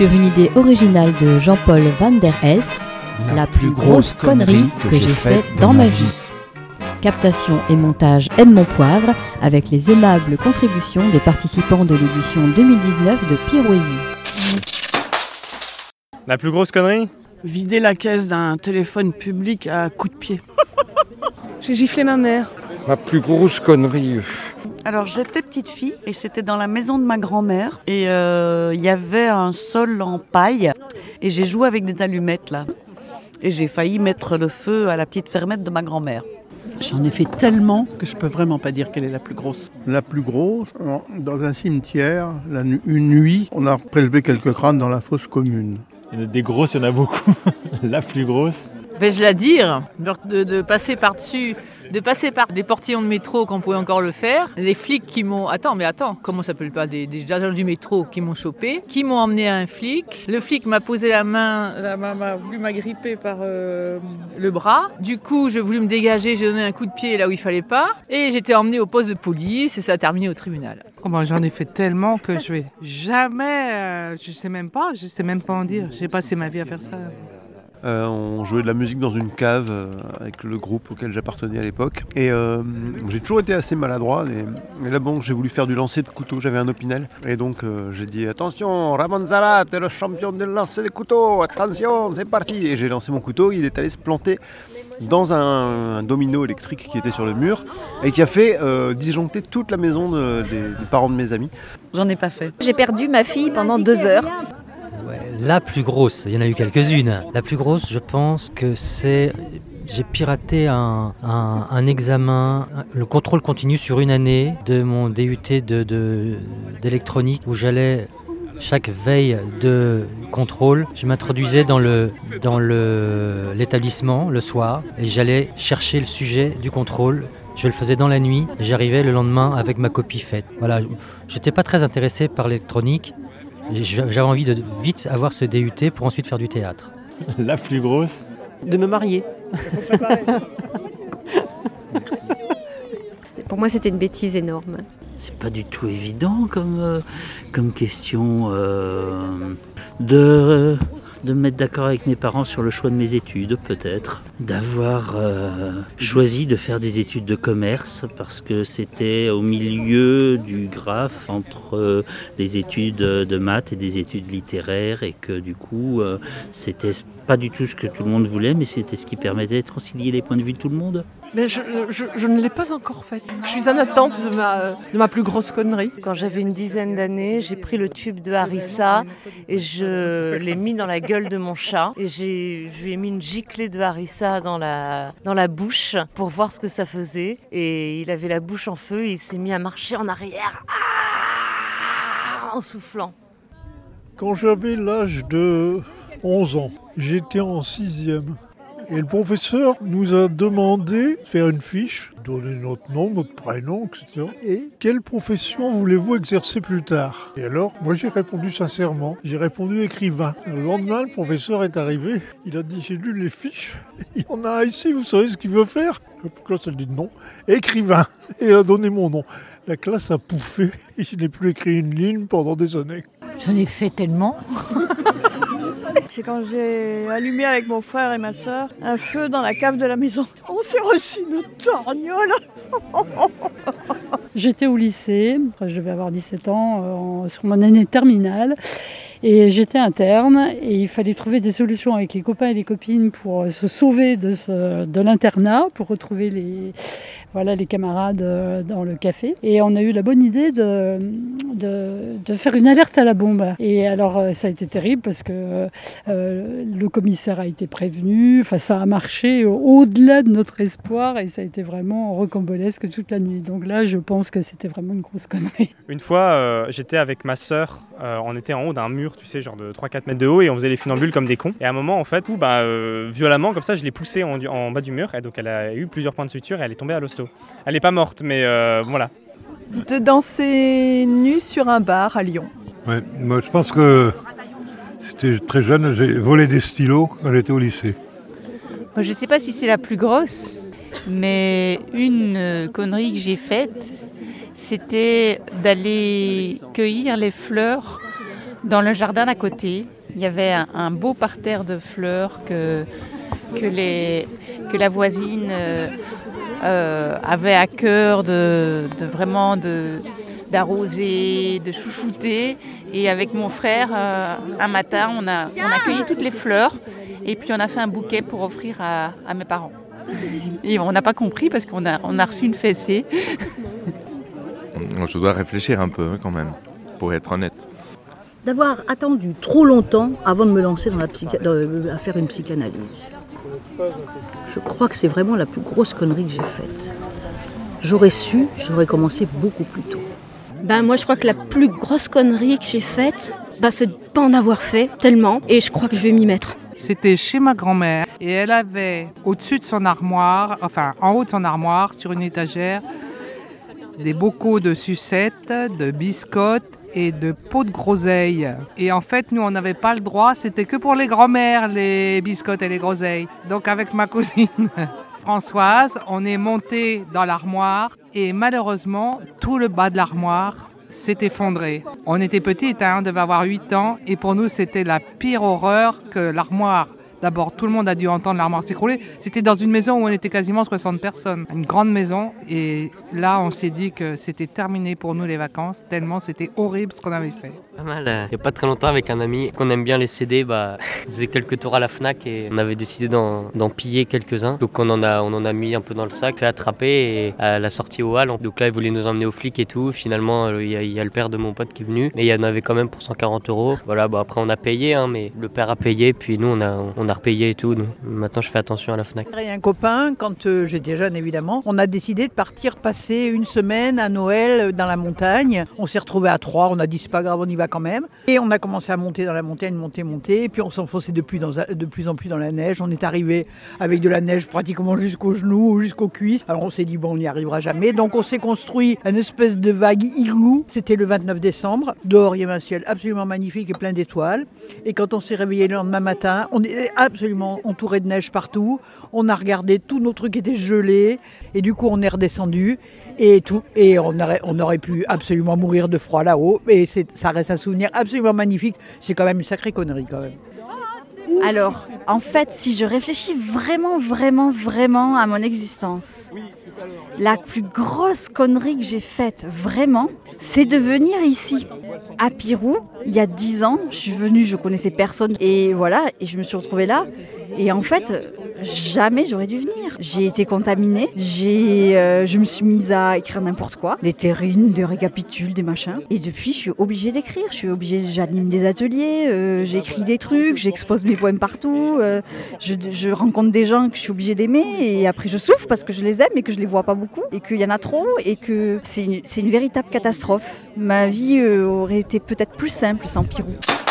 sur une idée originale de Jean-Paul Van der Est, la plus grosse connerie que j'ai faite dans ma vie. Captation et montage Edmond Poivre, avec les aimables contributions des participants de l'édition 2019 de Pirouésie. La plus grosse connerie ? Vider la caisse d'un téléphone public à coups de pied. J'ai giflé ma mère. La plus grosse connerie. Alors j'étais petite fille et c'était dans la maison de ma grand-mère et il y avait un sol en paille et j'ai joué avec des allumettes là. Et j'ai failli mettre le feu à la petite fermette de ma grand-mère. J'en ai fait tellement que je peux vraiment pas dire quelle est la plus grosse. La plus grosse, dans un cimetière, une nuit, on a prélevé quelques crânes dans la fosse commune. Des grosses, il y en a beaucoup. La plus grosse. Vais-je la dire, de passer par-dessus, de passer par des portillons de métro qu'on pouvait encore le faire, les flics qui m'ont... Attends, comment ça s'appelle pas, des agents du métro qui m'ont chopé, qui m'ont emmené à un flic. Le flic m'a posé la main, m'a voulu m'agripper par le bras. Du coup, j'ai voulu me dégager, j'ai donné un coup de pied là où il fallait pas. Et j'étais emmenée au poste de police et ça a terminé au tribunal. Oh ben, j'en ai fait tellement que je vais jamais... je sais même pas en dire. J'ai passé ma vie à faire ça. On jouait de la musique dans une cave avec le groupe auquel j'appartenais à l'époque. Et j'ai toujours été assez maladroit. Et là, bon, j'ai voulu faire du lancer de couteau. J'avais un opinel. Et donc, j'ai dit « Attention, Ramon Zara, t'es le champion de lancer des couteaux. Attention, c'est parti !» Et j'ai lancé mon couteau. Il est allé se planter dans un domino électrique qui était sur le mur et qui a fait disjoncter toute la maison des parents de mes amis. J'en ai pas fait. J'ai perdu ma fille pendant 2 heures. La plus grosse, il y en a eu quelques-unes. La plus grosse, je pense que c'est... J'ai piraté un examen, le contrôle continu sur une année de mon DUT d'électronique où j'allais chaque veille de contrôle. Je m'introduisais dans l'établissement le soir et j'allais chercher le sujet du contrôle. Je le faisais dans la nuit et j'arrivais le lendemain avec ma copie faite. Voilà, j'étais pas très intéressé par l'électronique. J'avais envie de vite avoir ce DUT pour ensuite faire du théâtre. La plus grosse ? De me marier. Merci. Pour moi, c'était une bêtise énorme. C'est pas du tout évident comme question de me mettre d'accord avec mes parents sur le choix de mes études, peut-être. D'avoir choisi de faire des études de commerce parce que c'était au milieu du graphe entre les études de maths et des études littéraires et que du coup, c'était pas du tout ce que tout le monde voulait, mais c'était ce qui permettait de concilier les points de vue de tout le monde. Mais je ne l'ai pas encore faite. Je suis en attente de ma plus grosse connerie. Quand j'avais une dizaine d'années, j'ai pris le tube de harissa et je l'ai mis dans la gueule de mon chat. Et je lui ai mis une giclée de harissa dans la bouche pour voir ce que ça faisait. Et il avait la bouche en feu et il s'est mis à marcher en arrière en soufflant. Quand j'avais l'âge de 11 ans, j'étais en 6e. Et le professeur nous a demandé de faire une fiche, donner notre nom, notre prénom, etc. Et quelle profession voulez-vous exercer plus tard ? Et alors, moi j'ai répondu sincèrement, j'ai répondu écrivain. Le lendemain, le professeur est arrivé, il a dit, j'ai lu les fiches, il y en a un ici, vous savez ce qu'il veut faire ? La classe a dit non, écrivain. Et il a donné mon nom. La classe a pouffé et je n'ai plus écrit une ligne pendant des années. J'en ai fait tellement. C'est quand j'ai allumé avec mon frère et ma sœur un feu dans la cave de la maison. On s'est reçu une torgnole. J'étais au lycée, je devais avoir 17 ans, sur mon année terminale. Et j'étais interne et il fallait trouver des solutions avec les copains et les copines pour se sauver de l'internat, pour retrouver les camarades dans le café. Et on a eu la bonne idée de faire une alerte à la bombe. Et alors ça a été terrible parce que le commissaire a été prévenu, enfin ça a marché au-delà de notre espoir et ça a été vraiment rocambolesque toute la nuit. Donc là je pense que c'était vraiment une grosse connerie. Une fois j'étais avec ma sœur, on était en haut d'un mur, tu sais, genre de 3-4 mètres de haut et on faisait les funambules comme des cons. Et à un moment en fait où violemment comme ça je l'ai poussée en bas du mur et donc elle a eu plusieurs points de suture et elle est tombée à l'hosto. Elle n'est pas morte, mais voilà. De danser nu sur un bar à Lyon. Ouais, moi je pense que c'était très jeune, j'ai volé des stylos quand j'étais au lycée. Moi, je ne sais pas si c'est la plus grosse, mais une connerie que j'ai faite, c'était d'aller cueillir les fleurs Dans le jardin d'à côté, il y avait un beau parterre de fleurs que la voisine avait à cœur d'arroser, de chouchouter. Et avec mon frère, un matin, on a cueilli toutes les fleurs et puis on a fait un bouquet pour offrir à mes parents. Et on n'a pas compris parce qu'on a reçu une fessée. Je dois réfléchir un peu quand même, pour être honnête. D'avoir attendu trop longtemps avant de me lancer à faire une psychanalyse. Je crois que c'est vraiment la plus grosse connerie que j'ai faite. J'aurais j'aurais commencé beaucoup plus tôt. Moi je crois que la plus grosse connerie que j'ai faite, c'est de ne pas en avoir fait tellement, et je crois que je vais m'y mettre. C'était chez ma grand-mère et elle avait au-dessus de son armoire, en haut de son armoire, sur une étagère, des bocaux de sucettes, de biscottes et de pots de groseilles. Et en fait, nous, on n'avait pas le droit, c'était que pour les grand-mères, les biscottes et les groseilles. Donc avec ma cousine Françoise, on est monté dans l'armoire et malheureusement, tout le bas de l'armoire s'est effondré. On était petits, on devait avoir 8 ans et pour nous, c'était la pire horreur que l'armoire. D'abord, tout le monde a dû entendre l'armoire s'écrouler. C'était dans une maison où on était quasiment 60 personnes. Une grande maison. Et là, on s'est dit que c'était terminé pour nous les vacances, tellement c'était horrible ce qu'on avait fait. Pas mal. Il n'y a pas très longtemps, avec un ami qu'on aime bien les CD, on faisait quelques tours à la Fnac et on avait décidé d'en piller quelques-uns. Donc on en a mis un peu dans le sac, fait attraper et à la sortie au hall. Donc là, il voulait nous emmener aux flics et tout. Finalement, il y a le père de mon pote qui est venu. Et il y en avait quand même pour 140 €. Voilà, après on a payé, mais le père a payé. Puis nous, on a repayé et tout. Donc, maintenant, je fais attention à la Fnac. Et un copain, quand j'étais jeune évidemment, on a décidé de partir passer une semaine à Noël dans la montagne. On s'est retrouvés à 3, on a dit c'est pas grave, on y va quand même. Et on a commencé à monter dans la montagne, monter. Et puis on s'enfonçait de plus en plus dans la neige. On est arrivé avec de la neige pratiquement jusqu'aux genoux, jusqu'aux cuisses. Alors on s'est dit on n'y arrivera jamais. Donc on s'est construit une espèce de vague igloo. C'était le 29 décembre. Dehors, il y avait un ciel absolument magnifique et plein d'étoiles. Et quand on s'est réveillé le lendemain matin, on était absolument entouré de neige partout. On a regardé, tous nos trucs étaient gelés. Et du coup, on est redescendu. Et on aurait pu absolument mourir de froid là-haut. Et ça reste un souvenir absolument magnifique. C'est quand même une sacrée connerie quand même. Alors, en fait, si je réfléchis vraiment à mon existence, la plus grosse connerie que j'ai faite, vraiment, c'est de venir ici, à Pirou, il y a 10 ans. Je suis venue, je connaissais personne, et voilà, et je me suis retrouvée là. Et en fait, jamais j'aurais dû venir. J'ai été contaminée, je me suis mise à écrire n'importe quoi, des terrines, des récapitules, des machins. Et depuis, je suis obligée d'écrire, j'anime des ateliers, j'écris des trucs, j'expose mes poèmes partout, je rencontre des gens que je suis obligée d'aimer, et après je souffre parce que je les aime et que je les vois pas beaucoup, et qu'il y en a trop, et que c'est une véritable catastrophe. Ma vie aurait été peut-être plus simple sans Pirou.